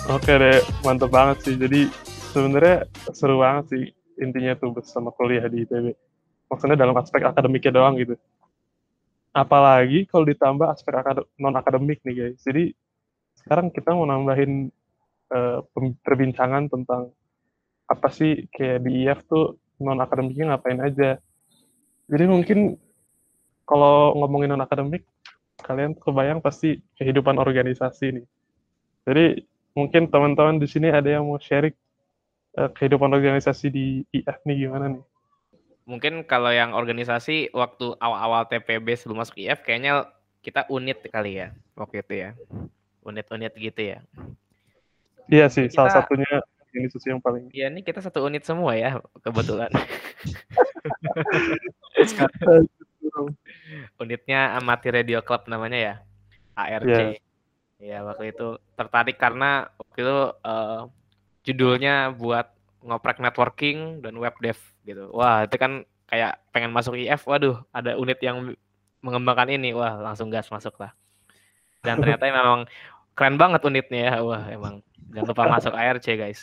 Oke deh, mantep banget sih. Jadi sebenarnya seru banget sih intinya tuh bersama kuliah di ITB. Maksudnya dalam aspek akademiknya doang gitu. Apalagi kalau ditambah aspek non akademik nih guys. Jadi sekarang kita mau nambahin perbincangan tentang apa sih kayak di IF tuh non akademiknya ngapain aja. Jadi mungkin kalau ngomongin non akademik, kalian tuh kebayang pasti kehidupan organisasi nih. Jadi mungkin teman-teman di sini ada yang mau sharing kehidupan organisasi di IF nih gimana nih? Mungkin kalau yang organisasi waktu awal-awal TPB sebelum masuk IF kayaknya kita unit kali ya waktu itu ya. Unit-unit gitu ya. Iya sih, Ini salah kita satunya organisasi yang paling. ini kita satu unit semua ya kebetulan. Unitnya Amati Radio Club namanya ya, Ya, ARC. Ya waktu itu tertarik karena waktu itu judulnya buat ngoprek networking dan web dev gitu. Wah itu kan kayak pengen masuk IF, waduh ada unit yang mengembangkan ini, wah langsung gas masuk lah. Dan ternyata memang keren banget unitnya ya, wah emang jangan lupa masuk ARC guys.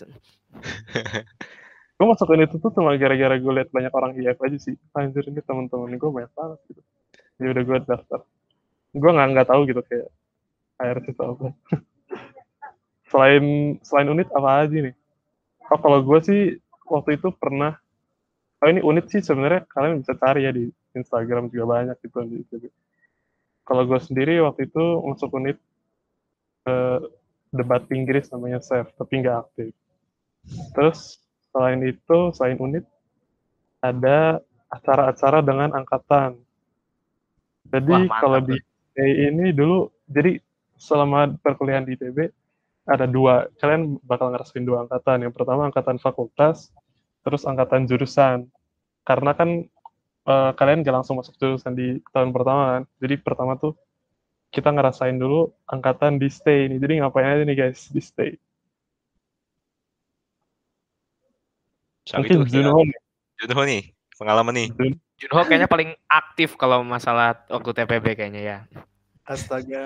gue masukin itu tuh cuma gara-gara gue liat banyak orang IF aja sih. Anjir ini teman-teman gue banyak banget gitu. Ya udah gue daftar. Gue nggak tahu gitu kayak ARC itu apa. Selain selain unit apa aja nih? Oh kalau gue sih waktu itu pernah. Oh ini unit sih sebenarnya kalian bisa cari ya di Instagram juga banyak gitu di ITB. Kalau gue sendiri waktu itu masuk unit debat Inggris namanya SEF, tapi nggak aktif. Terus selain itu, selain unit, ada acara-acara dengan angkatan. Wah Jadi kalau mantap di tuh. ini dulu, jadi selama perkuliahan di ITB, ada dua, kalian bakal ngerasain dua angkatan. Yang pertama angkatan fakultas, terus angkatan jurusan. Karena kan kalian gak langsung masuk jurusan di tahun pertama kan. Jadi pertama tuh kita ngerasain dulu angkatan di stay ini. Jadi ngapain aja nih guys di stay. Sabi tuh Mungkin ya. Junho nih. Junho nih, pengalaman nih. Junho kayaknya paling aktif kalau masalah waktu TPB kayaknya ya. Astaga.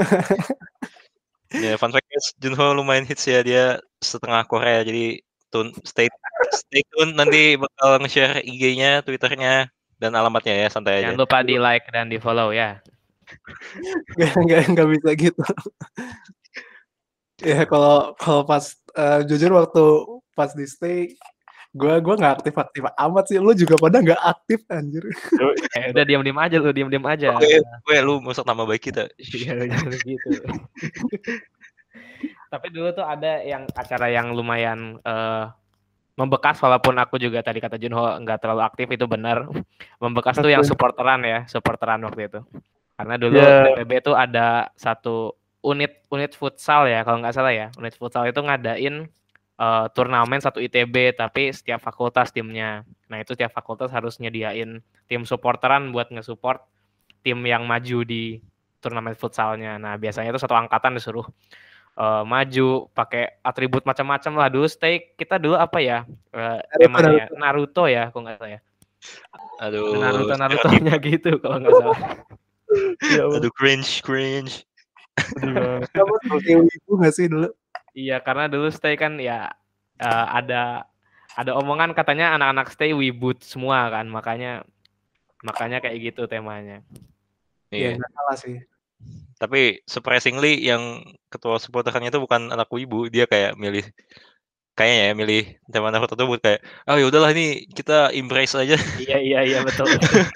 Ya, fun fact guys, Junho lumayan hits ya, dia setengah Korea, jadi stay tune nanti bakal nge-share IG-nya, Twitter-nya, dan alamatnya ya, santai aja. Jangan lupa di like dan di follow ya. Nggak bisa gitu. Ya kalau pas jujur waktu pas di stay gue nggak aktif amat sih. Lu juga pada nggak aktif anjir. Udah diam-diam aja lu, diam-diam aja. Oke, lu masuk nama baik kita. Iya jangan gitu. Tapi dulu tuh ada yang acara yang lumayan membekas, walaupun aku juga tadi kata Junho nggak terlalu aktif, itu benar. Membekas tuh yang supporteran waktu itu. Karena dulu TPB tuh ada satu unit futsal ya kalau nggak salah ya. Unit futsal itu ngadain turnamen satu ITB, tapi setiap fakultas timnya. Nah itu setiap fakultas harus nyediain tim supporteran buat nge-support tim yang maju di turnamen futsalnya. Nah biasanya itu satu angkatan disuruh maju pakai atribut macam-macam lah. Dulu stay kita dulu apa ya temanya Naruto ya kalau nggak salah ya. Aduh, Naruto-nya gitu kalau nggak salah. Aduh cringe. Kamu seperti wibu nggak sih dulu? Iya karena dulu stay kan ya ada omongan katanya anak-anak stay wibut semua kan, makanya kayak gitu temanya. Iya nggak salah sih. Tapi surprisingly yang ketua supporternya itu bukan anak wibu, dia kayak milih tema Naruto tuh buat kayak ya udahlah ini kita embrace aja. Iya betul.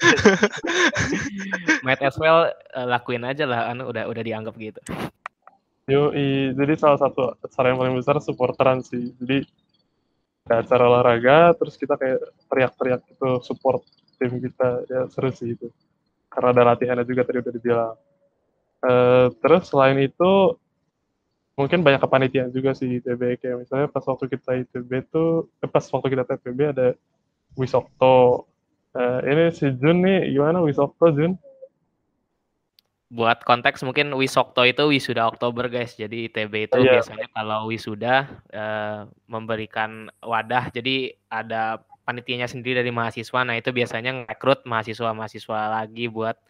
Might as well lakuin aja lah, udah dianggap gitu. Jadi salah satu acara yang paling besar supporteran sih. Jadi ada acara olahraga, terus kita kayak teriak-teriak gitu support tim kita, ya seru sih itu. Karena ada latihannya juga tadi udah dibilang. Terus selain itu mungkin banyak kepanitiaan juga sih di ITB, kayak misalnya pas waktu kita ITB tuh, pas waktu kita TPB ada Wisokto. Ini si Jun nih, gimana Wisokto Jun? Buat konteks mungkin Wisokto itu wisuda Oktober guys. Jadi ITB itu biasanya kalau wisuda memberikan wadah. Jadi ada panitianya sendiri dari mahasiswa. Nah itu biasanya ngerekrut mahasiswa lagi buat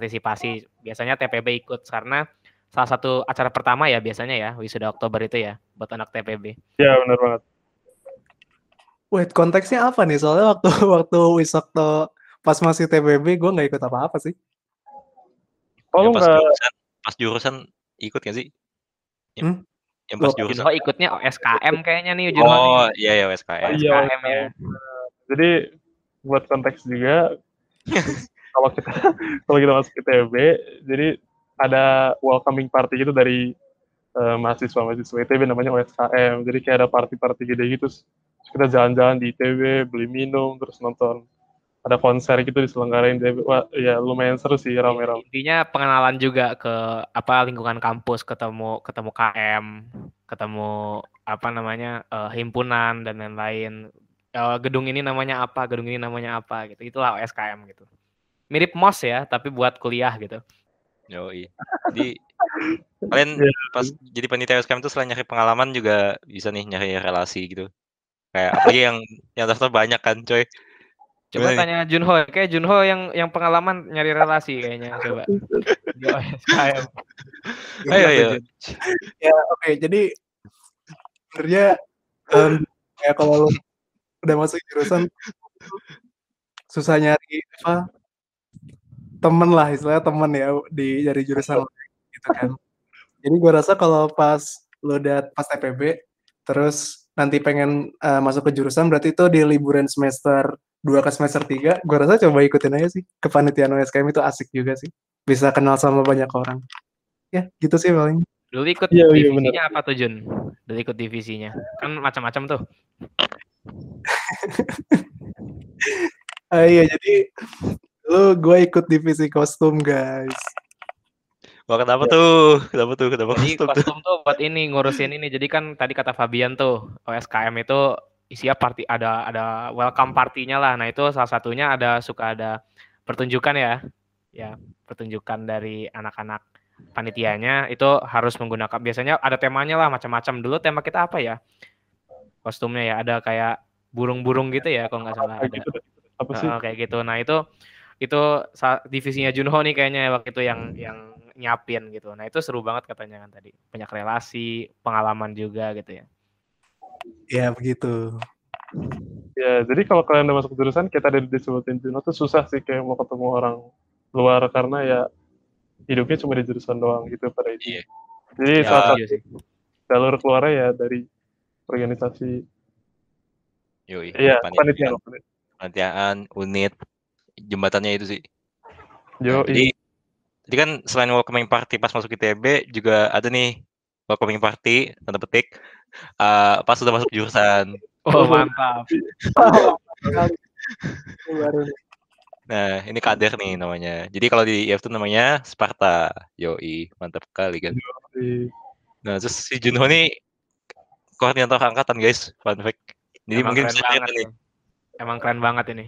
partisipasi. Biasanya TPB ikut karena salah satu acara pertama ya biasanya ya wisuda Oktober itu ya. buat anak TPB. Ya benar banget. Wait, konteksnya apa nih? Soalnya waktu waktu Wisokto pas masih TPB, gue nggak ikut apa-apa sih. Oh Yang lu pas nggak? jurusan ikut nggak sih? Hmm? Yang pas Loh, jurusan. Junho ikutnya SKM kayaknya nih Junho nih. Oh iya ya SKM. Iya. SKM ya. Jadi buat konteks juga, kalau kita kalau kita masuk ITB, jadi ada welcoming party gitu dari mahasiswa ITB namanya OSKM. Jadi kayak ada party-party gede gitu. Terus kita jalan-jalan di ITB, beli minum, terus nonton. Ada konser gitu diselenggarain di ITB. Wah, ya lumayan seru sih, rame-rame. Intinya pengenalan juga ke apa lingkungan kampus, ketemu KM, ketemu apa namanya himpunan dan lain-lain. Gedung ini namanya apa, gedung ini namanya apa gitu. Itulah OSKM gitu. Mirip MOS ya, tapi buat kuliah gitu. Yoi. Jadi kalian Iya. pas jadi panitia SKM itu selain nyari pengalaman juga bisa nih nyari relasi gitu. Kayak apalagi yang daftar banyak kan, coy. Coba Gimana nih? tanya Junho, kayak Junho yang pengalaman nyari relasi kayaknya coba. Di OSKM. Ayo ayo. ya oke. Jadi sebenarnya kayak kalau lo udah masuk jurusan susah nyari apa temen lah, istilahnya temen ya dari jurusan gitu kan. Jadi gue rasa kalau pas lo udah pas TPB terus nanti pengen masuk ke jurusan, berarti itu di liburan semester 2 ke semester 3, gue rasa coba ikutin aja sih kepanitiaan OSKM, itu asik juga sih, bisa kenal sama banyak orang. Ya gitu sih paling. Dulu ikut Iya, divisinya apa tuh Jun? Dulu ikut divisinya. Kan macam-macam tuh. Iya, jadi gue ikut divisi kostum guys. Wah, kenapa tuh? Kenapa Jadi kostum tuh? kostum tuh buat ini ngurusin ini. Jadi kan tadi kata Fabian tuh OSKM itu isinya party, ada welcome partinya lah. Nah itu salah satunya suka ada pertunjukan ya. Ya, pertunjukan dari anak-anak panitianya itu harus menggunakan, biasanya ada temanya lah macam-macam. Dulu tema kita apa ya? Kostumnya ya ada kayak burung-burung gitu ya kalau nggak salah ada. Gitu. Apa sih? Kayak gitu. Nah itu divisinya Junho nih kayaknya waktu itu yang nyiapin gitu. Nah itu seru banget katanya kan tadi, banyak relasi, pengalaman juga gitu ya. Ya begitu. Ya, jadi kalau kalian udah masuk jurusan, kita ada disebutin Juno tuh susah sih kayak mau ketemu orang luar karena ya hidupnya cuma di jurusan doang gitu pada itu. Iya. Jadi Ya, salah Iya satu sih. jalur keluarnya ya dari organisasi. Yoi. Iya, Panitiaan, unit, jembatannya itu sih. Jo, Nah, jadi kan selain welcoming party pas masuk ITB juga ada nih welcoming party tanda petik pas sudah masuk jurusan. Oh mantap. Nah ini kader nih namanya. Jadi kalau di IF itu namanya Sparta. Yoi, mantap sekali kan. Nah terus si Junho nih koordinator angkatan guys, fun fact. Jadi Emang mungkin keren bisa banget nih. Emang keren banget ini.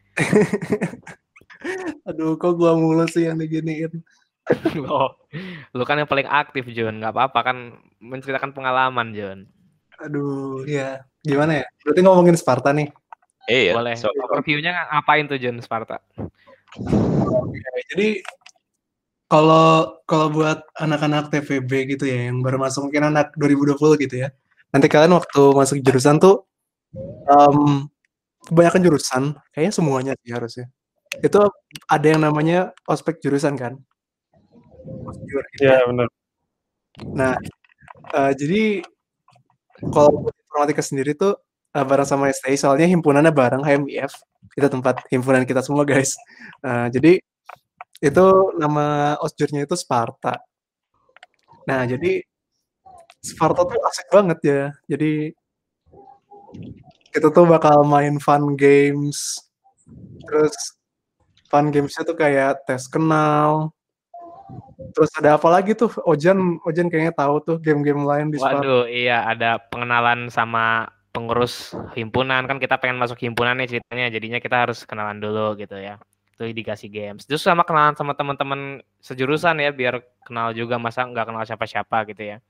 Aduh, kok gua mulu sih yang diginiin. Lu kan yang paling aktif Jun, nggak apa-apa kan menceritakan pengalaman Jun. Aduh, ya gimana ya? Berarti ngomongin Sparta nih. Iya. Boleh. Overview-nya ngapain tuh Jun Sparta? Oke, jadi kalau buat anak-anak TVB gitu ya, yang baru masuk mungkin anak 2020 gitu ya. Nanti kalian waktu masuk jurusan tuh kebanyakan jurusan, kayaknya semuanya sih harusnya. Itu ada yang namanya ospek jurusan kan? Osjur gitu Iya, ya. benar. Nah, jadi kalau buat informatika sendiri tuh bareng sama STI, soalnya himpunannya bareng HMIF. Itu tempat himpunan kita semua guys. Jadi itu nama osjurnya itu Sparta. Nah, jadi Sparta tuh asik banget ya. Jadi kita tuh bakal main fun games. Terus fun gamesnya tuh kayak tes kenal. Terus ada apa lagi tuh? Ojan kayaknya tahu tuh game-game lain di Sparta. Waduh, iya ada pengenalan sama pengurus himpunan, kan kita pengen masuk himpunan nih ceritanya, jadinya kita harus kenalan dulu gitu ya. Itu dikasih games. Terus sama kenalan sama teman-teman sejurusan ya, biar kenal juga, masa nggak kenal siapa-siapa gitu ya.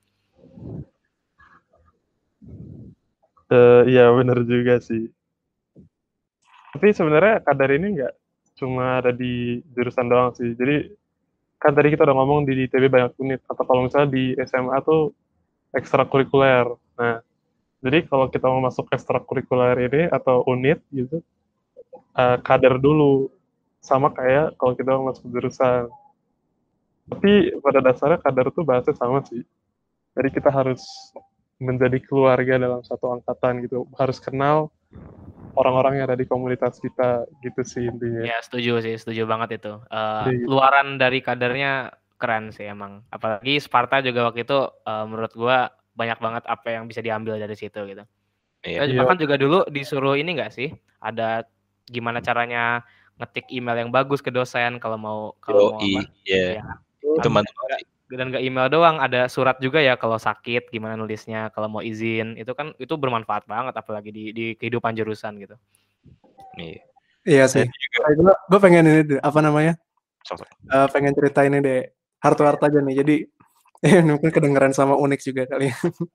Iya, benar juga sih. Tapi sebenarnya kadar ini nggak cuma ada di jurusan doang sih. Jadi kan tadi kita udah ngomong di ITB banyak unit, atau kalau misalnya di SMA tuh ekstrakurikuler. Nah, jadi kalau kita mau masuk ekstrakurikuler ini atau unit gitu, kader dulu. Sama kayak kalau kita mau masuk jurusan. Tapi pada dasarnya kader tuh bahasnya sama sih. Jadi kita harus menjadi keluarga dalam satu angkatan gitu. Harus kenal orang-orang yang ada di komunitas kita gitu sih intinya. Ya setuju banget itu. Jadi, Luaran dari kadernya keren sih emang. Apalagi Sparta juga waktu itu menurut gua banyak banget apa yang bisa diambil dari situ gitu. Iya. iya, Bahkan juga dulu disuruh ini nggak sih? Ada gimana caranya ngetik email yang bagus ke dosen kalau mau Yoi, ya. itu mantap. Dan nggak email doang, ada surat juga ya kalau sakit gimana nulisnya, kalau mau izin itu kan itu bermanfaat banget apalagi di kehidupan jurusan gitu. Iya. Iya sih. Gue pengen ini deh, apa namanya? Pengen cerita ini deh, heart aja nih. Jadi mungkin kedengeran sama unik juga kali.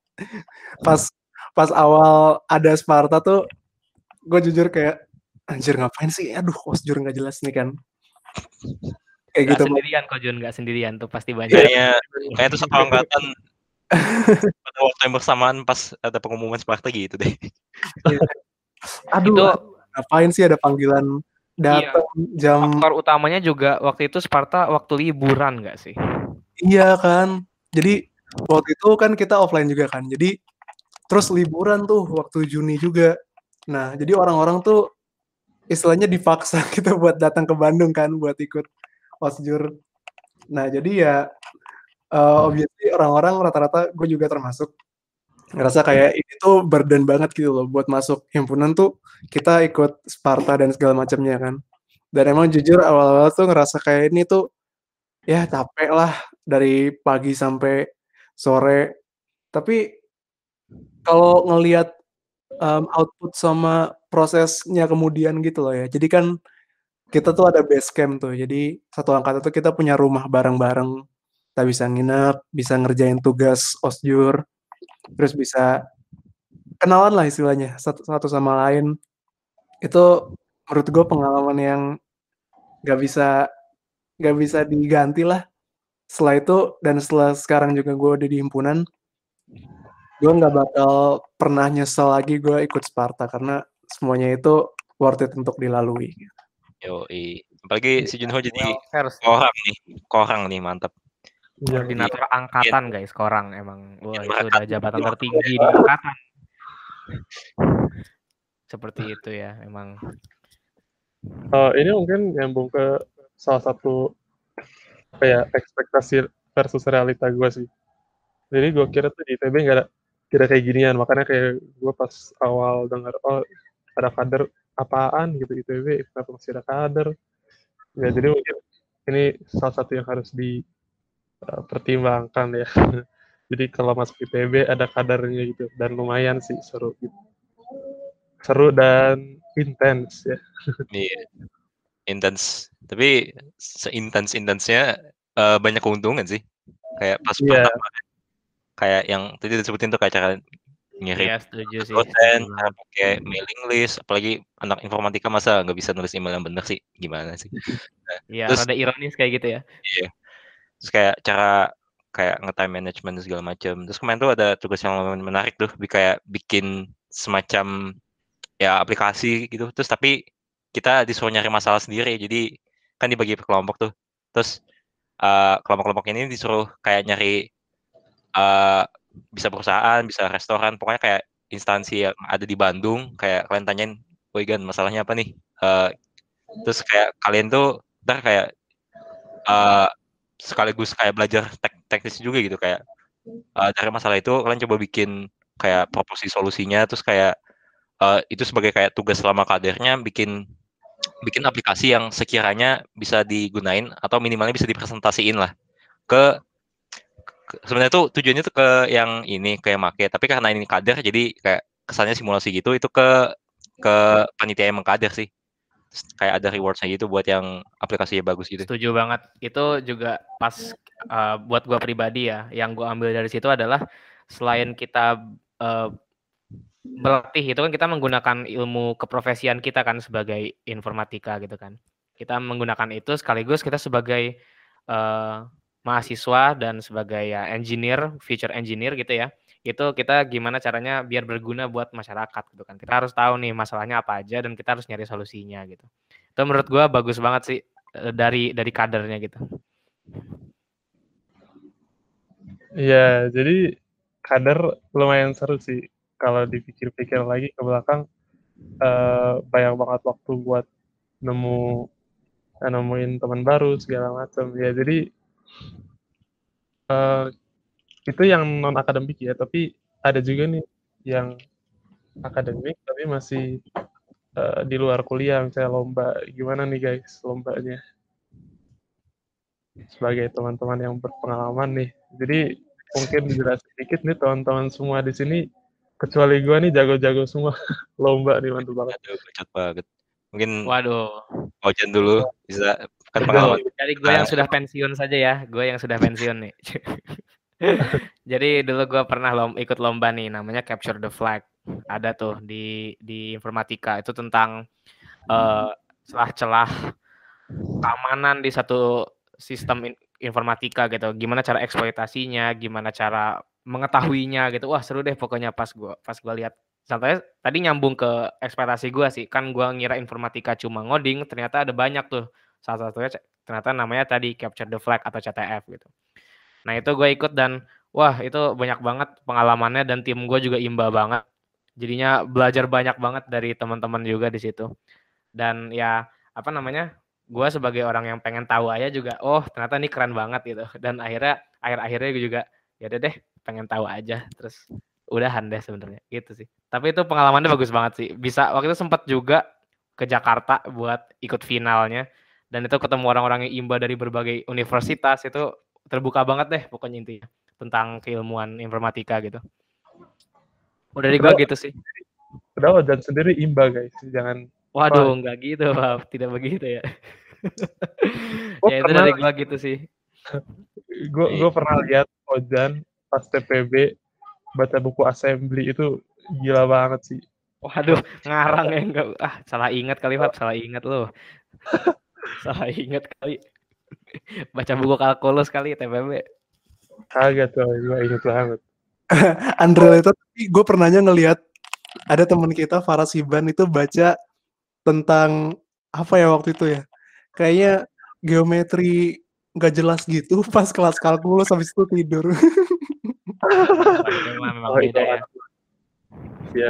pas awal ada Sparta tuh, gue jujur kayak anjir ngapain sih? Aduh, osjur nggak jelas nih kan. Kayak Nggak gitu. sendirian kok Jun, nggak sendirian tuh pasti banyak. Kayaknya itu satu angkatan pada waktu yang bersamaan pas ada pengumuman Sparta gitu deh. Aduh, Itu ngapain sih ada panggilan datang jam. Faktor utamanya juga waktu itu Sparta waktu liburan nggak sih? Iya kan. Jadi waktu itu kan kita offline juga kan. Jadi terus liburan tuh waktu Juni juga. Nah, jadi orang-orang tuh istilahnya dipaksa gitu buat datang ke Bandung kan buat ikut osjur. Nah, jadi ya obviously orang-orang rata-rata gue juga termasuk ngerasa kayak ini tuh burden banget gitu loh buat masuk himpunan tuh kita ikut Sparta dan segala macamnya kan. Dan emang jujur awal-awal tuh ngerasa kayak ini tuh ya capek lah dari pagi sampai sore. Tapi kalau ngelihat output sama prosesnya kemudian gitu loh ya. Jadi kan kita tuh ada base camp tuh. Jadi satu angkatan tuh kita punya rumah bareng-bareng. Kita bisa nginep, bisa ngerjain tugas osjur, terus bisa kenalan lah istilahnya satu sama lain. Itu menurut gue pengalaman yang nggak bisa diganti lah. Setelah itu dan setelah sekarang juga gue udah di himpunan, gue nggak bakal pernah nyesel lagi gue ikut Sparta karena semuanya itu worth it untuk dilalui. Yoi. Apalagi si Junho jadi Well, korang nih mantap. Koordinator angkatan guys, korang emang. Wah, itu udah jabatan tertinggi di angkatan. Seperti itu ya, emang. Ini mungkin nyambung ke salah satu ekspektasi versus realita gue sih. Jadi gue kira tuh di ITB nggak ada kayak ginian, makanya kayak gue pas awal dengar ada kader apaan gitu ITB, kenapa masih ada kader? Ya jadi mungkin ini salah satu yang harus dipertimbangkan ya. Jadi kalau masuk ITB ada kadernya gitu dan lumayan sih seru gitu. Seru dan intens ya. Iya. Intens. Tapi seintens-intensnya banyak keuntungan sih. Kayak pas pertama kayak yang tadi disebutin tuh kayak cara ngirim dosen, cara pakai mailing list, apalagi anak informatika masa nggak bisa nulis email yang benar sih, gimana sih? Iya, terus ada ironis kayak gitu ya. Iya. Terus kayak cara kayak nge-time management segala macam. Terus kemarin tuh ada tugas yang menarik tuh, kayak bikin semacam ya aplikasi gitu. Terus tapi kita disuruh nyari masalah sendiri. Jadi kan dibagi per kelompok tuh. Terus kelompok-kelompok ini disuruh kayak nyari bisa perusahaan, bisa restoran, pokoknya kayak instansi yang ada di Bandung, kayak kalian tanyain, "Woi Gan, masalahnya apa nih?" Terus kayak kalian tuh ntar kayak sekaligus kayak belajar teknis juga gitu, kayak dari masalah itu kalian coba bikin kayak proposisi solusinya, terus kayak itu sebagai kayak tugas selama kadernya bikin aplikasi yang sekiranya bisa digunain atau minimalnya bisa dipresentasiin lah ke sebenarnya tuh tujuannya tuh ke yang ini kayak make, tapi karena ini kader jadi kayak kesannya simulasi gitu, itu ke panitia yang mengkader sih. Terus kayak ada rewards-nya gitu buat yang aplikasinya bagus gitu. Setuju banget. Itu juga pas buat gua pribadi ya, yang gua ambil dari situ adalah selain kita berlatih itu kan kita menggunakan ilmu keprofesian kita kan sebagai informatika gitu kan. Kita menggunakan itu sekaligus kita sebagai mahasiswa dan sebagai ya engineer, future engineer gitu ya. itu kita gimana caranya biar berguna buat masyarakat gitu kan. Kita harus tahu nih masalahnya apa aja dan kita harus nyari solusinya gitu. Itu menurut gue bagus banget sih dari kadernya gitu. Iya, jadi kader lumayan seru sih kalau dipikir-pikir lagi ke belakang. Banyak banget waktu buat nemuin teman baru segala macam ya. Jadi itu yang non akademik ya, tapi ada juga nih yang akademik tapi masih di luar kuliah, misalnya lomba. Gimana nih guys lombanya? Sebagai teman-teman yang berpengalaman nih, jadi mungkin dijelasin sedikit nih teman-teman semua di sini, kecuali gue nih jago-jago semua lomba nih, mantap banget. Aduh, bacot banget. Mungkin Waduh. Ojan dulu bisa kan pengalaman. Dari gue yang sudah pensiun saja ya, gue yang sudah pensiun nih. Jadi dulu gue pernah ikut lomba nih, namanya Capture the Flag. Ada tuh di informatika, itu tentang celah-celah keamanan di satu sistem informatika gitu. Gimana cara eksploitasinya, gimana cara mengetahuinya gitu. Wah seru deh pokoknya pas gue lihat. Contohnya tadi nyambung ke ekspektasi gue sih, kan gue ngira informatika cuma ngoding, ternyata ada banyak tuh. Salah satunya ternyata namanya tadi Capture the Flag atau CTF gitu. Nah itu gue ikut dan wah itu banyak banget pengalamannya dan tim gue juga imba banget. Jadinya belajar banyak banget dari teman-teman juga di situ. Dan ya apa namanya, gue sebagai orang yang pengen tahu aja juga, oh ternyata ini keren banget gitu. Dan akhirnya gue juga ya udah deh pengen tahu aja, terus udahan deh sebenarnya gitu sih. Tapi itu pengalamannya bagus banget sih. Bisa waktu itu sempat juga ke Jakarta buat ikut finalnya, dan itu ketemu orang-orang yang imba dari berbagai universitas. Itu terbuka banget deh pokoknya intinya tentang keilmuan informatika gitu. Udah dari gue gitu sih. Udah Ojan sendiri imba guys, jangan. Waduh, enggak gitu, Pak. Tidak begitu ya. Ya itu dari gue gitu sih. Gue pernah lihat Ojan pas TPB baca buku assembly, itu gila banget sih. Waduh, ngarang ya enggak. Salah ingat kali, Pak. Salah ingat lo. Salah ingat kali. Baca buku kalkulus kali TPB. Kagak tuh, gue inget banget. Andre itu, gue pernahnya ngelihat ada teman kita Faras Hiban itu baca tentang apa ya waktu itu ya, kayaknya geometri nggak jelas gitu pas kelas kalkulus, habis itu tidur. Itu memang beda ya. Ya,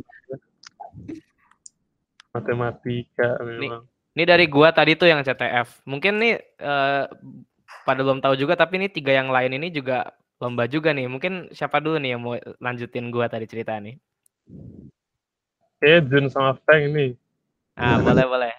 matematika memang. Ini dari gua tadi tuh yang CTF. Mungkin nih pada belum tahu juga, tapi ini 3 yang lain ini juga lomba juga nih. Mungkin siapa dulu nih yang mau lanjutin gua tadi cerita nih? Jun sama Feng nih. Boleh.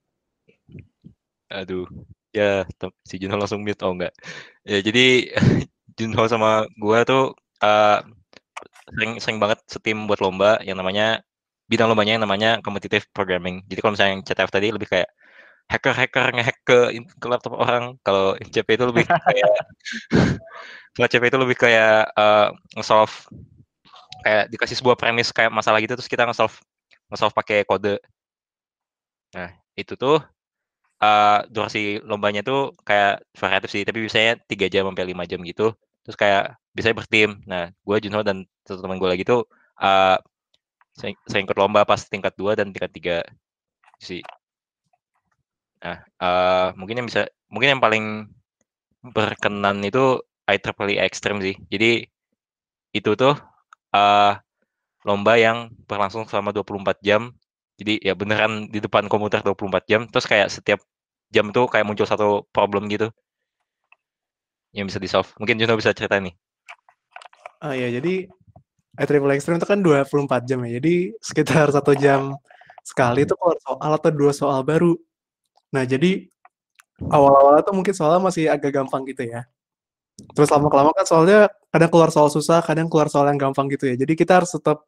Aduh, ya si Junho langsung mute. Oh enggak. Ya jadi Junho sama gua tuh sering banget setim buat lomba yang namanya, bidang lombanya yang namanya competitive programming. Jadi kalau misalnya yang CTF tadi lebih kayak hacker ngehack ke laptop orang. Kalau CP itu lebih kayak kalau CP itu lebih kayak nge-solve, kayak dikasih sebuah premis kayak masalah gitu, terus kita nge-solve pakai kode. Nah itu tuh durasi lombanya tuh kayak variatif sih, tapi biasanya 3 jam sampai 5 jam gitu. Terus kayak biasanya bertim. Nah, gue, Junho, dan satu teman gue lagi tuh saya ikut lomba pas tingkat 2 dan tingkat 3 sih. Nah, mungkin yang paling berkenan itu IEEE Extreme sih. Jadi itu tuh lomba yang berlangsung selama 24 jam. Jadi ya beneran di depan komputer 24 jam. Terus kayak setiap jam tuh kayak muncul satu problem gitu yang bisa di-solve. Mungkin Junho bisa cerita nih. Ya, jadi IEEE Extreme itu kan 24 jam ya. Jadi sekitar 1 jam sekali itu keluar soal atau 2 soal baru. Nah, jadi awal-awal tuh mungkin soalnya masih agak gampang gitu ya. Terus lama-kelamaan kan soalnya kadang keluar soal susah, kadang keluar soal yang gampang gitu ya. Jadi kita harus tetap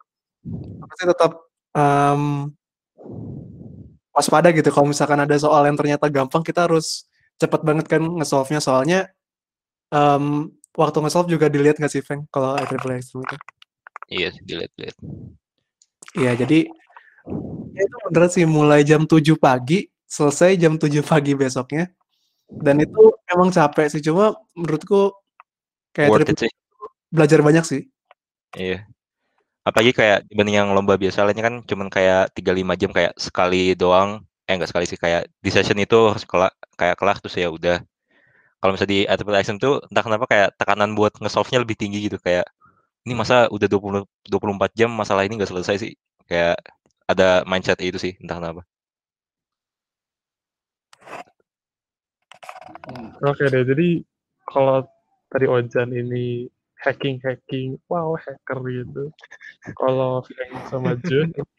waspada gitu. Kalau misalkan ada soal yang ternyata gampang, kita harus cepat banget kan nge-solve-nya. Soalnya waktu nge-solve juga dilihat nggak sih, Feng, kalau IEEE Extreme itu? Iya, dilihat. Iya, jadi ya itu beneran sih, mulai jam 7 pagi, selesai jam 7 pagi besoknya. Dan itu emang capek sih, cuma menurutku kayak worth it sih. belajar banyak sih. Iya. Apalagi kayak dibanding yang lomba biasa lainnya kan cuman kayak 3-5 jam kayak sekali doang. Enggak sekali sih kayak di session itu harus kayak kelar terus ya udah. Kalau misalnya di advertising tuh entah kenapa kayak tekanan buat nge-solve-nya lebih tinggi gitu kayak ini masa udah 24 jam masalah ini nggak selesai sih. Kayak ada mindset itu sih entah kenapa. Oke deh, jadi kalau tadi Ojan ini hacking, wow hacker gitu. Kalau Frank sama Jun ini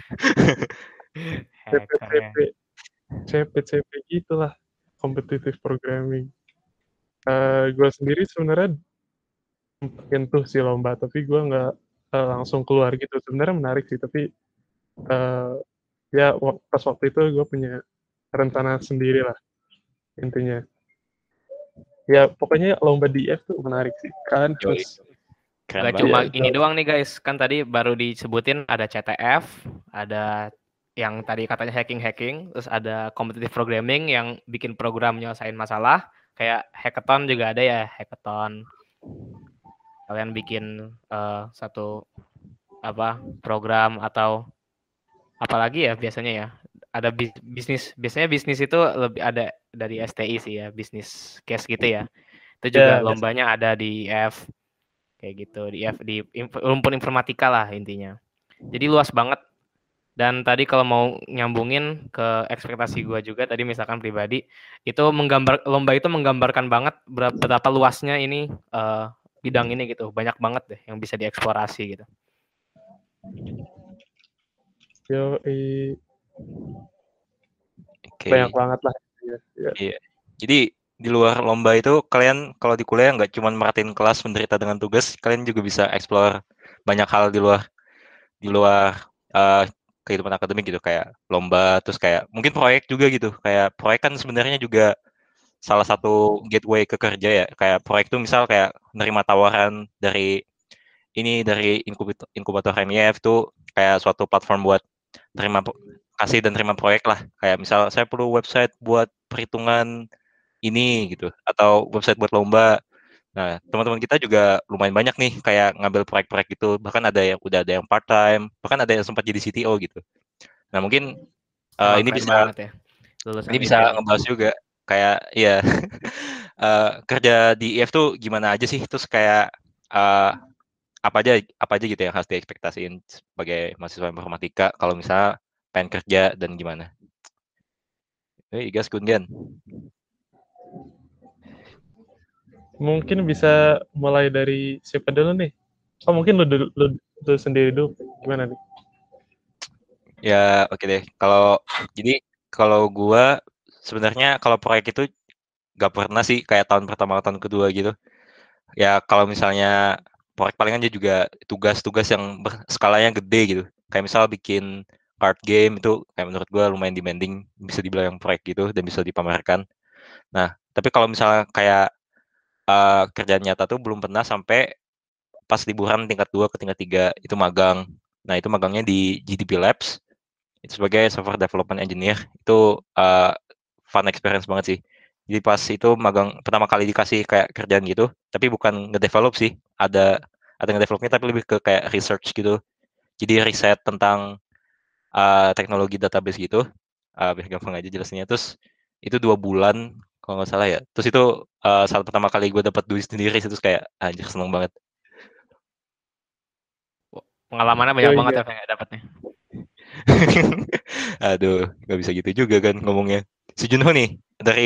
Hacker ya. CP gitulah, competitive programming. Gue sendiri sebenarnya nyentuh sih lomba, tapi gue nggak langsung keluar gitu. Sebenarnya menarik sih, tapi ya pas waktu itu gue punya rencana sendiri lah intinya. Ya pokoknya lomba di IF tuh menarik sih kan, Yoi. terus Keren Gak banget. cuma ya, ini doang nih guys, kan tadi baru disebutin ada CTF, ada yang tadi katanya hacking, terus ada competitive programming yang bikin program nyelesain masalah, kayak hackathon juga ada ya, hackathon. Kalian bikin satu program atau apalagi ya biasanya ya. Ada bisnis, biasanya bisnis itu lebih ada dari STI sih ya, bisnis case gitu ya. Itu juga lombanya ada di IF. Kayak gitu di rumpun informatika lah intinya. Jadi luas banget. Dan tadi kalau mau nyambungin ke ekspektasi gue juga tadi misalkan pribadi itu lomba itu menggambarkan banget betapa luasnya ini bidang ini gitu, banyak banget deh yang bisa dieksplorasi gitu. Banyak banget lah. Ya. Iya. Jadi di luar lomba itu kalian kalau di kuliah nggak cuma merhatiin kelas menderita dengan tugas, kalian juga bisa explore banyak hal di luar kehidupan akademik gitu kayak lomba terus kayak mungkin proyek juga gitu kayak proyek kan sebenarnya juga salah satu gateway ke kerja ya kayak proyek tuh misal kayak nerima tawaran dari inkubator MIF tuh kayak suatu platform buat kasih dan terima proyek lah kayak misal saya perlu website buat perhitungan ini gitu atau website buat lomba. Nah, teman-teman kita juga lumayan banyak nih kayak ngambil proyek-proyek gitu. Bahkan udah ada yang part time, bahkan ada yang sempat jadi CTO gitu. Nah, mungkin Emang ini keren bisa banget ya lulusan IF ini. ngebahas juga kayak ya kerja di IF tuh gimana aja sih? Terus kayak apa aja gitu yang harus diekspektasiin sebagai mahasiswa informatika kalau misalnya pengen kerja dan gimana? Igas Gundian. Mungkin bisa mulai dari siapa dulu nih? Oh mungkin lu sendiri dulu. Gimana nih? Ya oke deh. Kalau gua sebenarnya kalau proyek itu gak pernah sih kayak tahun pertama tahun kedua gitu. Ya kalau misalnya proyek palingan dia juga tugas-tugas yang skalanya gede gitu. Kayak misal bikin card game itu kayak menurut gua lumayan demanding, bisa dibilang proyek gitu dan bisa dipamerkan. Nah, tapi kalau misalnya kayak kerjaan nyata tuh belum pernah sampai pas liburan tingkat 2 ke tingkat 3 itu magang. Nah, itu magangnya di GDP Labs itu sebagai software development engineer. Itu fun experience banget sih. Jadi pas itu magang pertama kali dikasih kayak kerjaan gitu, tapi bukan ngedevelop sih. Ada ngedevelopnya tapi lebih ke kayak research gitu. Jadi riset tentang teknologi database gitu. Biar gampang aja jelasnya. Terus itu 2 bulan kalau nggak salah ya. Terus itu saat pertama kali gue dapat duit sendiri terus kayak anjir seneng banget. Pengalamannya banyak banget ya kayak dapatnya. Aduh, nggak bisa gitu juga kan ngomongnya. Si Junho nih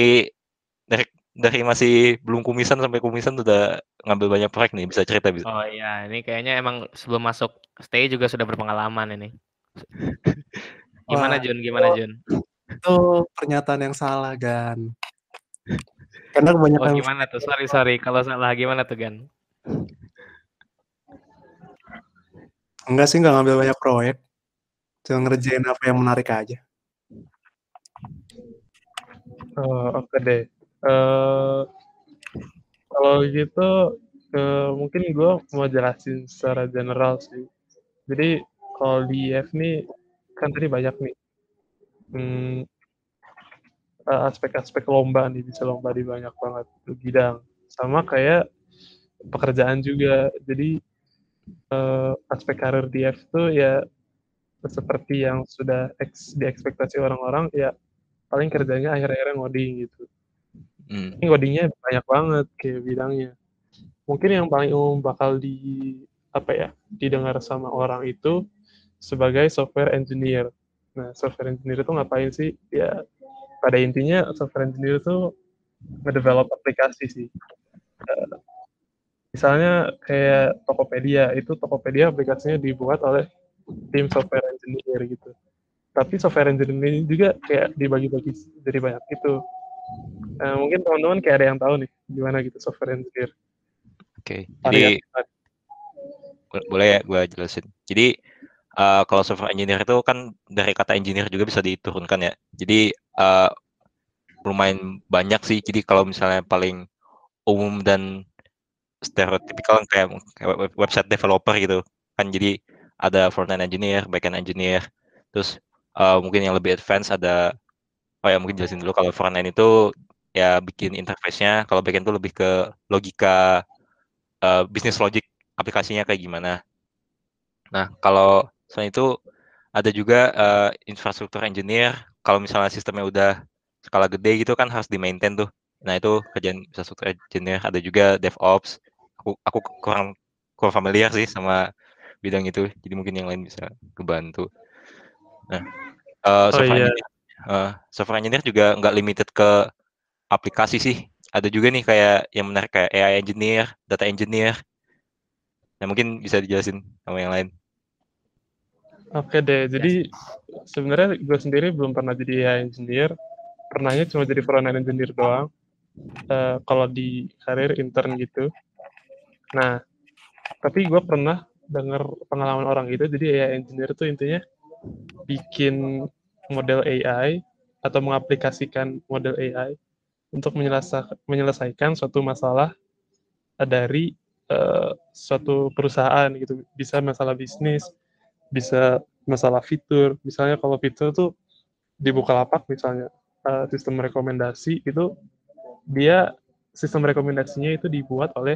dari masih belum kumisan sampai kumisan udah ngambil banyak proyek nih, bisa cerita bisa. Oh iya, ini kayaknya emang sebelum masuk stay juga sudah berpengalaman ini. Gimana Wah, Jun? itu pernyataan yang salah, Gan. Karena kebanyakan gimana tuh? Sorry. Kalau salah gimana tuh, Gan? enggak sih, enggak ngambil banyak proyek. Cuma ngerjain apa yang menarik aja. Oke deh. Kalau gitu mungkin gue mau jelasin secara general sih. Jadi kalau di IF nih kan tadi banyak nih aspek-aspek lomba nih, bisa lomba di banyak banget bidang. Sama kayak pekerjaan juga. Jadi aspek karir di IF tuh ya seperti yang sudah diekspektasi orang-orang, ya paling kerjanya akhir-akhirnya ngoding gitu. Ini ngodingnya banyak banget kayak bidangnya. Mungkin yang paling umum bakal didengar sama orang itu sebagai software engineer. Nah, software engineer itu ngapain sih? Ya, pada intinya software engineer itu ngedevelop aplikasi sih. Misalnya kayak Tokopedia, itu Tokopedia aplikasinya dibuat oleh tim software engineer gitu. Tapi software engineer ini juga kayak dibagi-bagi jadi banyak itu. Mungkin teman-teman kayak ada yang tahu nih gimana gitu software engineer. Oke, jadi boleh ya gue jelasin. Jadi kalau software engineer itu kan dari kata engineer juga bisa diturunkan ya. Jadi lumayan banyak sih. Jadi kalau misalnya paling umum dan stereotipikal kayak website developer gitu kan, jadi ada front-end engineer, back-end engineer, terus mungkin yang lebih advance ada, mungkin jelasin dulu. Kalau front-end itu ya bikin interface-nya, kalau back-end itu lebih ke logika, bisnis logic aplikasinya kayak gimana. Nah, kalau selain itu ada juga infrastruktur engineer. Kalau misalnya sistemnya udah skala gede gitu kan harus di-maintain tuh. Nah, itu kerjaan infrastruktur engineer. Ada juga DevOps. Aku kurang familiar sih sama bidang itu. Jadi mungkin yang lain bisa kebantu. Nah, software engineer juga nggak limited ke aplikasi sih. Ada juga nih kayak yang menarik kayak AI engineer, data engineer. Nah, mungkin bisa dijelasin sama yang lain. Oke deh, jadi sebenarnya gue sendiri belum pernah jadi AI engineer, pernahnya cuma jadi front-end engineer doang, kalau di karir intern gitu. Nah, tapi gue pernah dengar pengalaman orang gitu, jadi AI engineer itu intinya bikin model AI atau mengaplikasikan model AI untuk menyelesaikan suatu masalah dari suatu perusahaan gitu. Bisa masalah bisnis, bisa masalah fitur. Misalnya kalau fitur tuh di Bukalapak misalnya, sistem rekomendasi itu, dia sistem rekomendasinya itu dibuat oleh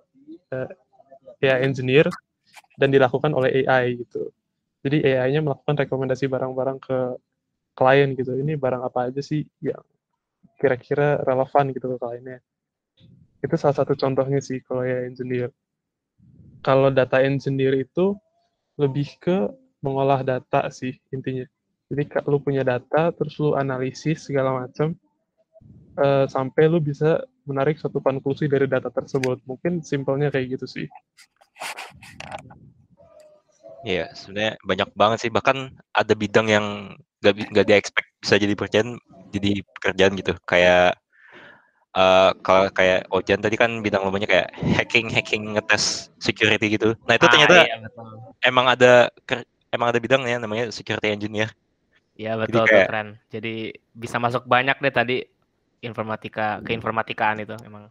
AI engineer dan dilakukan oleh AI gitu. Jadi AI-nya melakukan rekomendasi barang-barang ke klien gitu. Ini barang apa aja sih yang kira-kira relevan gitu ke kliennya. Itu salah satu contohnya sih kalau AI engineer. Kalau data engineer itu lebih ke mengolah data sih intinya. Jadi lu punya data, terus lu analisis segala macam, sampai lu bisa menarik suatu konklusi dari data tersebut. Mungkin simpelnya kayak gitu sih. Iya, sebenarnya banyak banget sih. Bahkan ada bidang yang nggak di-expect bisa jadi pekerjaan gitu. Kayak kalau kayak Ojan tadi kan bidang lomanya kayak hacking ngetes security gitu. Nah itu ternyata iya, betul. emang ada bidangnya namanya security engineer. Iya betul tuh keren. Jadi bisa masuk banyak deh tadi keinformatikaan itu emang.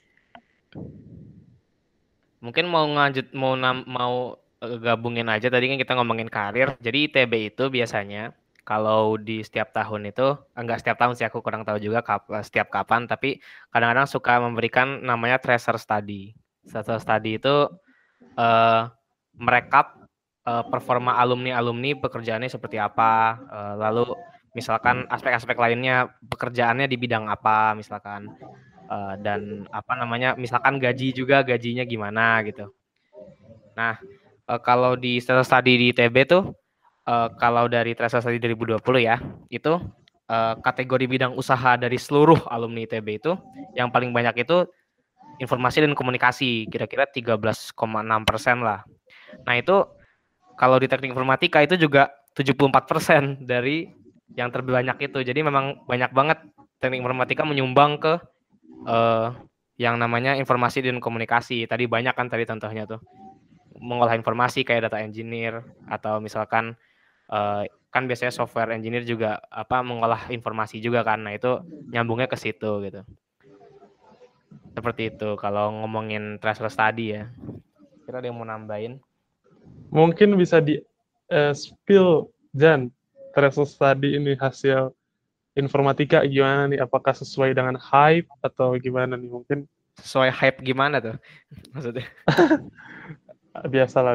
Mungkin mau gabungin aja, tadi kan kita ngomongin karir. Jadi ITB itu biasanya kalau di setiap tahun itu, enggak setiap tahun sih, aku kurang tahu juga setiap kapan, tapi kadang-kadang suka memberikan namanya tracer study. Tracer study itu merekap performa alumni pekerjaannya seperti apa, lalu misalkan aspek-aspek lainnya pekerjaannya di bidang apa misalkan, dan misalkan gajinya gimana gitu. Nah, kalau di study di ITB tuh, kalau dari tracer study 2020 ya, itu kategori bidang usaha dari seluruh alumni ITB itu yang paling banyak itu informasi dan komunikasi, kira-kira 13,6% lah. Nah itu kalau di teknik informatika itu juga 74% dari yang terbanyak itu. Jadi memang banyak banget teknik informatika menyumbang ke yang namanya informasi dan komunikasi. Tadi banyak kan tadi contohnya tuh. Mengolah informasi kayak data engineer, atau misalkan kan biasanya software engineer juga mengolah informasi juga kan. Nah itu nyambungnya ke situ gitu. Seperti itu kalau ngomongin tracer study ya. Kira ada yang mau nambahin? Mungkin bisa di spill, Jan, tracer study ini hasil informatika gimana nih? Apakah sesuai dengan hype atau gimana nih? Mungkin sesuai hype gimana tuh maksudnya? Biasalah.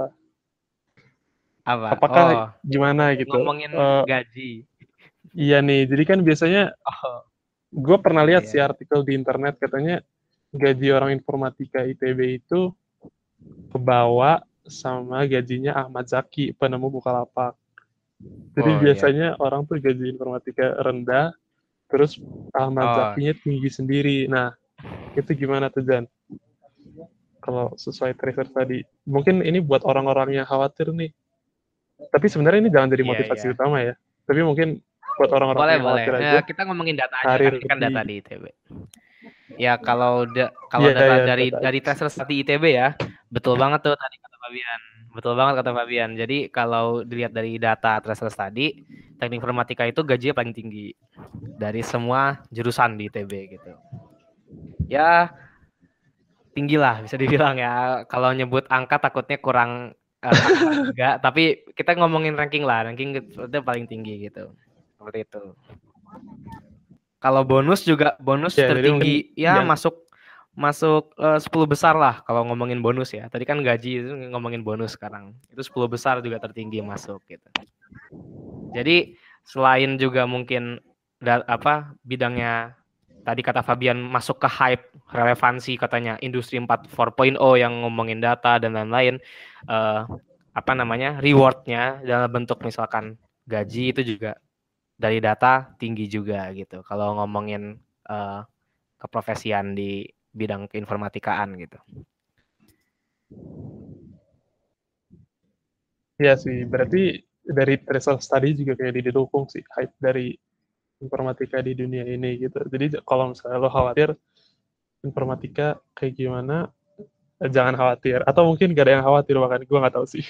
Apa? Apakah gimana gitu? Ngomongin gaji. Iya nih, jadi kan biasanya Oh, gue pernah lihat iya. sih artikel di internet katanya gaji orang informatika ITB itu kebawa sama gajinya Ahmad Zaki, penemu Bukalapak. Jadi Oh, iya. biasanya orang tuh gaji informatika rendah, terus Ahmad Zakinya tinggi sendiri. Nah, itu gimana tuh, Jan? Kalau sesuai tracer tadi. Mungkin ini buat orang-orang yang khawatir nih. Tapi sebenarnya ini jangan jadi Iya, motivasi iya. utama ya. Tapi mungkin buat orang-orang Boleh, yang boleh. khawatir aja, Kita ngomongin data aja kan, karir ini kan di data di ITB. Ya kalau Iya, data iya, dari data. tracer study ITB ya, betul banget tuh tadi kata Fabian. Betul banget kata Fabian. Jadi kalau dilihat dari data tracer study, teknik informatika itu gajinya paling tinggi dari semua jurusan di ITB gitu. Ya tinggi lah bisa dibilang ya. Kalau nyebut angka takutnya kurang akurat juga. Tapi kita ngomongin ranking lah, ranking itu paling tinggi gitu. Seperti itu. Kalau bonus juga bonus Ya, jadi mungkin tertinggi ya yang masuk 10 besar lah kalau ngomongin bonus ya. Tadi kan gaji itu ngomongin bonus sekarang. Itu 10 besar juga tertinggi masuk gitu. Jadi selain juga mungkin bidangnya tadi kata Fabian masuk ke hype relevansi katanya industri 4.0 yang ngomongin data dan lain-lain rewardnya dalam bentuk misalkan gaji itu juga dari data tinggi juga gitu kalau ngomongin keprofesian di bidang keinformatikaan gitu. Iya sih, berarti dari tracer study juga kayak didukung sih hype dari informatika di dunia ini gitu. Jadi kalau misalnya lo khawatir informatika kayak gimana, jangan khawatir. Atau mungkin gak ada yang khawatir bahkan, gue nggak tahu sih.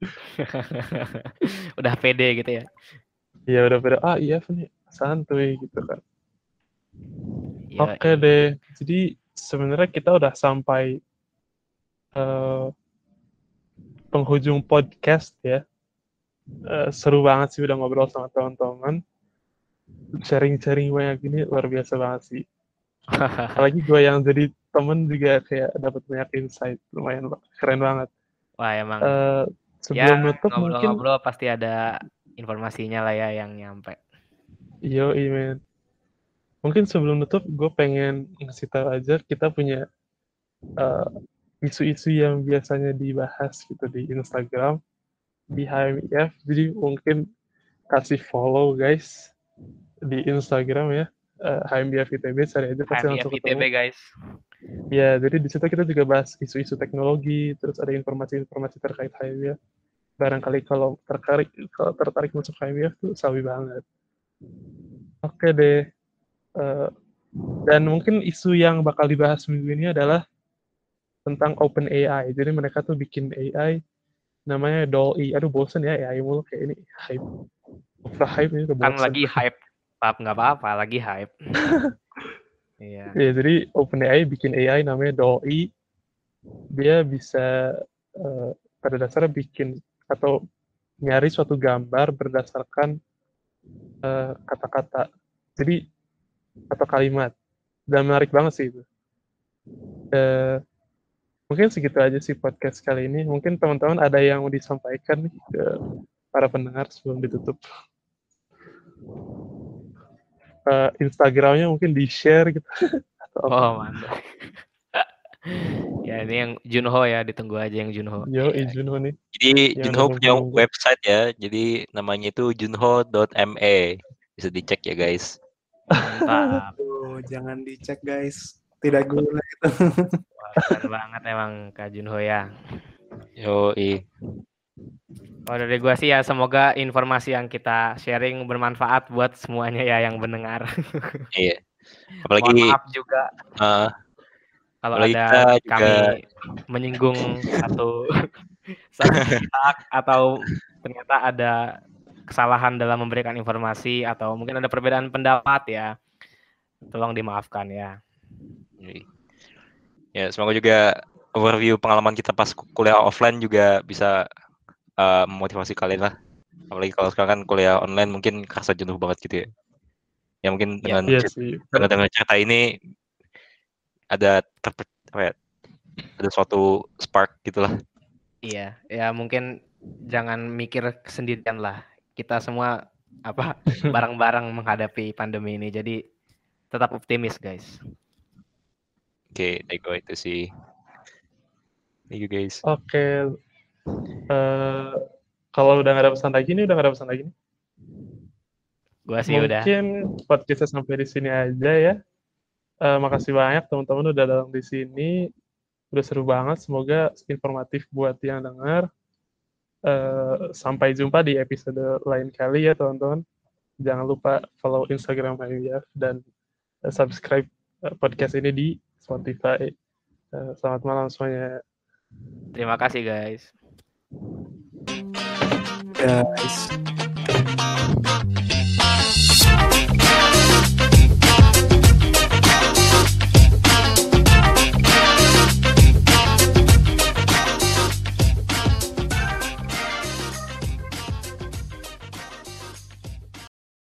Udah pede gitu ya. Iya udah pada iya nih santuy gitu kan. Ya, Oke deh, jadi sebenarnya kita udah sampai penghujung podcast ya. Seru banget sih udah ngobrol sama teman-teman. Sharing-sharing banyak gini luar biasa banget sih. Apalagi gue yang jadi temen juga kayak dapat banyak insight, lumayan keren banget. Wah emang Sebelum ya nutup mungkin ngobrol-ngobrol pasti ada informasinya lah ya yang nyampe. yo men. Mungkin sebelum nutup gue pengen ngasih tahu aja kita punya isu-isu yang biasanya dibahas gitu di Instagram di HMIF. Jadi mungkin kasih follow guys di Instagram ya. HMIF ITB cari aja pasti langsung HMIF ketemu. ITB guys. Ya, jadi di situ kita juga bahas isu-isu teknologi, terus ada informasi-informasi terkait HMIF. Barangkali kalau tertarik masuk HMIF tuh sabi banget. Oke deh. Dan mungkin isu yang bakal dibahas minggu ini adalah tentang Open AI. Jadi mereka tuh bikin AI namanya DALL-E. Aduh bosen ya AI mulu kayak ini hype. Ultra hype ini udah bosen. Kan lagi hype. Nggak apa-apa, lagi hype. Iya. Ya, jadi OpenAI bikin AI namanya DALL-E. Dia bisa pada dasarnya bikin atau nyari suatu gambar berdasarkan kata-kata. Jadi atau kalimat. Dan menarik banget sih itu. Mungkin segitu aja sih podcast kali ini. Mungkin teman-teman ada yang mau disampaikan nih ke para pendengar sebelum ditutup. Instagramnya mungkin di-share gitu. Oh mantap. Ya ini yang Junho ya, ditunggu aja yang Junho. Yo, Junho nih. Jadi Yang Junho punya nunggu-nunggu. website ya, jadi namanya itu junho.me. Bisa dicek ya guys. Mantap. Jangan dicek guys, tidak guna itu. Wah, keren banget emang Kak Junho ya. Yoi. Oh, dari gua sih ya semoga informasi yang kita sharing bermanfaat buat semuanya ya yang mendengar. Iya. Apalagi Mohon maaf juga kalau ada kami menyinggung satu pihak atau ternyata ada kesalahan dalam memberikan informasi atau mungkin ada perbedaan pendapat ya. Tolong dimaafkan ya. Ya, semoga juga overview pengalaman kita pas kuliah offline juga bisa memotivasi kalian lah. Apalagi kalau sekarang kan kuliah online mungkin kerasa jenuh banget gitu ya. Ya mungkin dengan cerita ini ada ada suatu spark gitulah Iya, ya mungkin jangan mikir sendirian lah. Kita semua bareng-bareng menghadapi pandemi ini. Jadi tetap optimis, guys. Oke, Ego itu sih. Thank you guys. Oke. Kalau udah nggak ada pesan lagi nih, udah nggak ada pesan lagi nih. Gua sih udah. Mungkin podcastnya sampai di sini aja ya. Makasih banyak teman-teman udah datang di sini. Udah seru banget. Semoga informatif buat yang dengar. Sampai jumpa di episode lain kali ya teman-teman. Jangan lupa follow Instagram IMF dan subscribe podcast ini di Spotify. Selamat malam semuanya. Terima kasih, guys. Guys.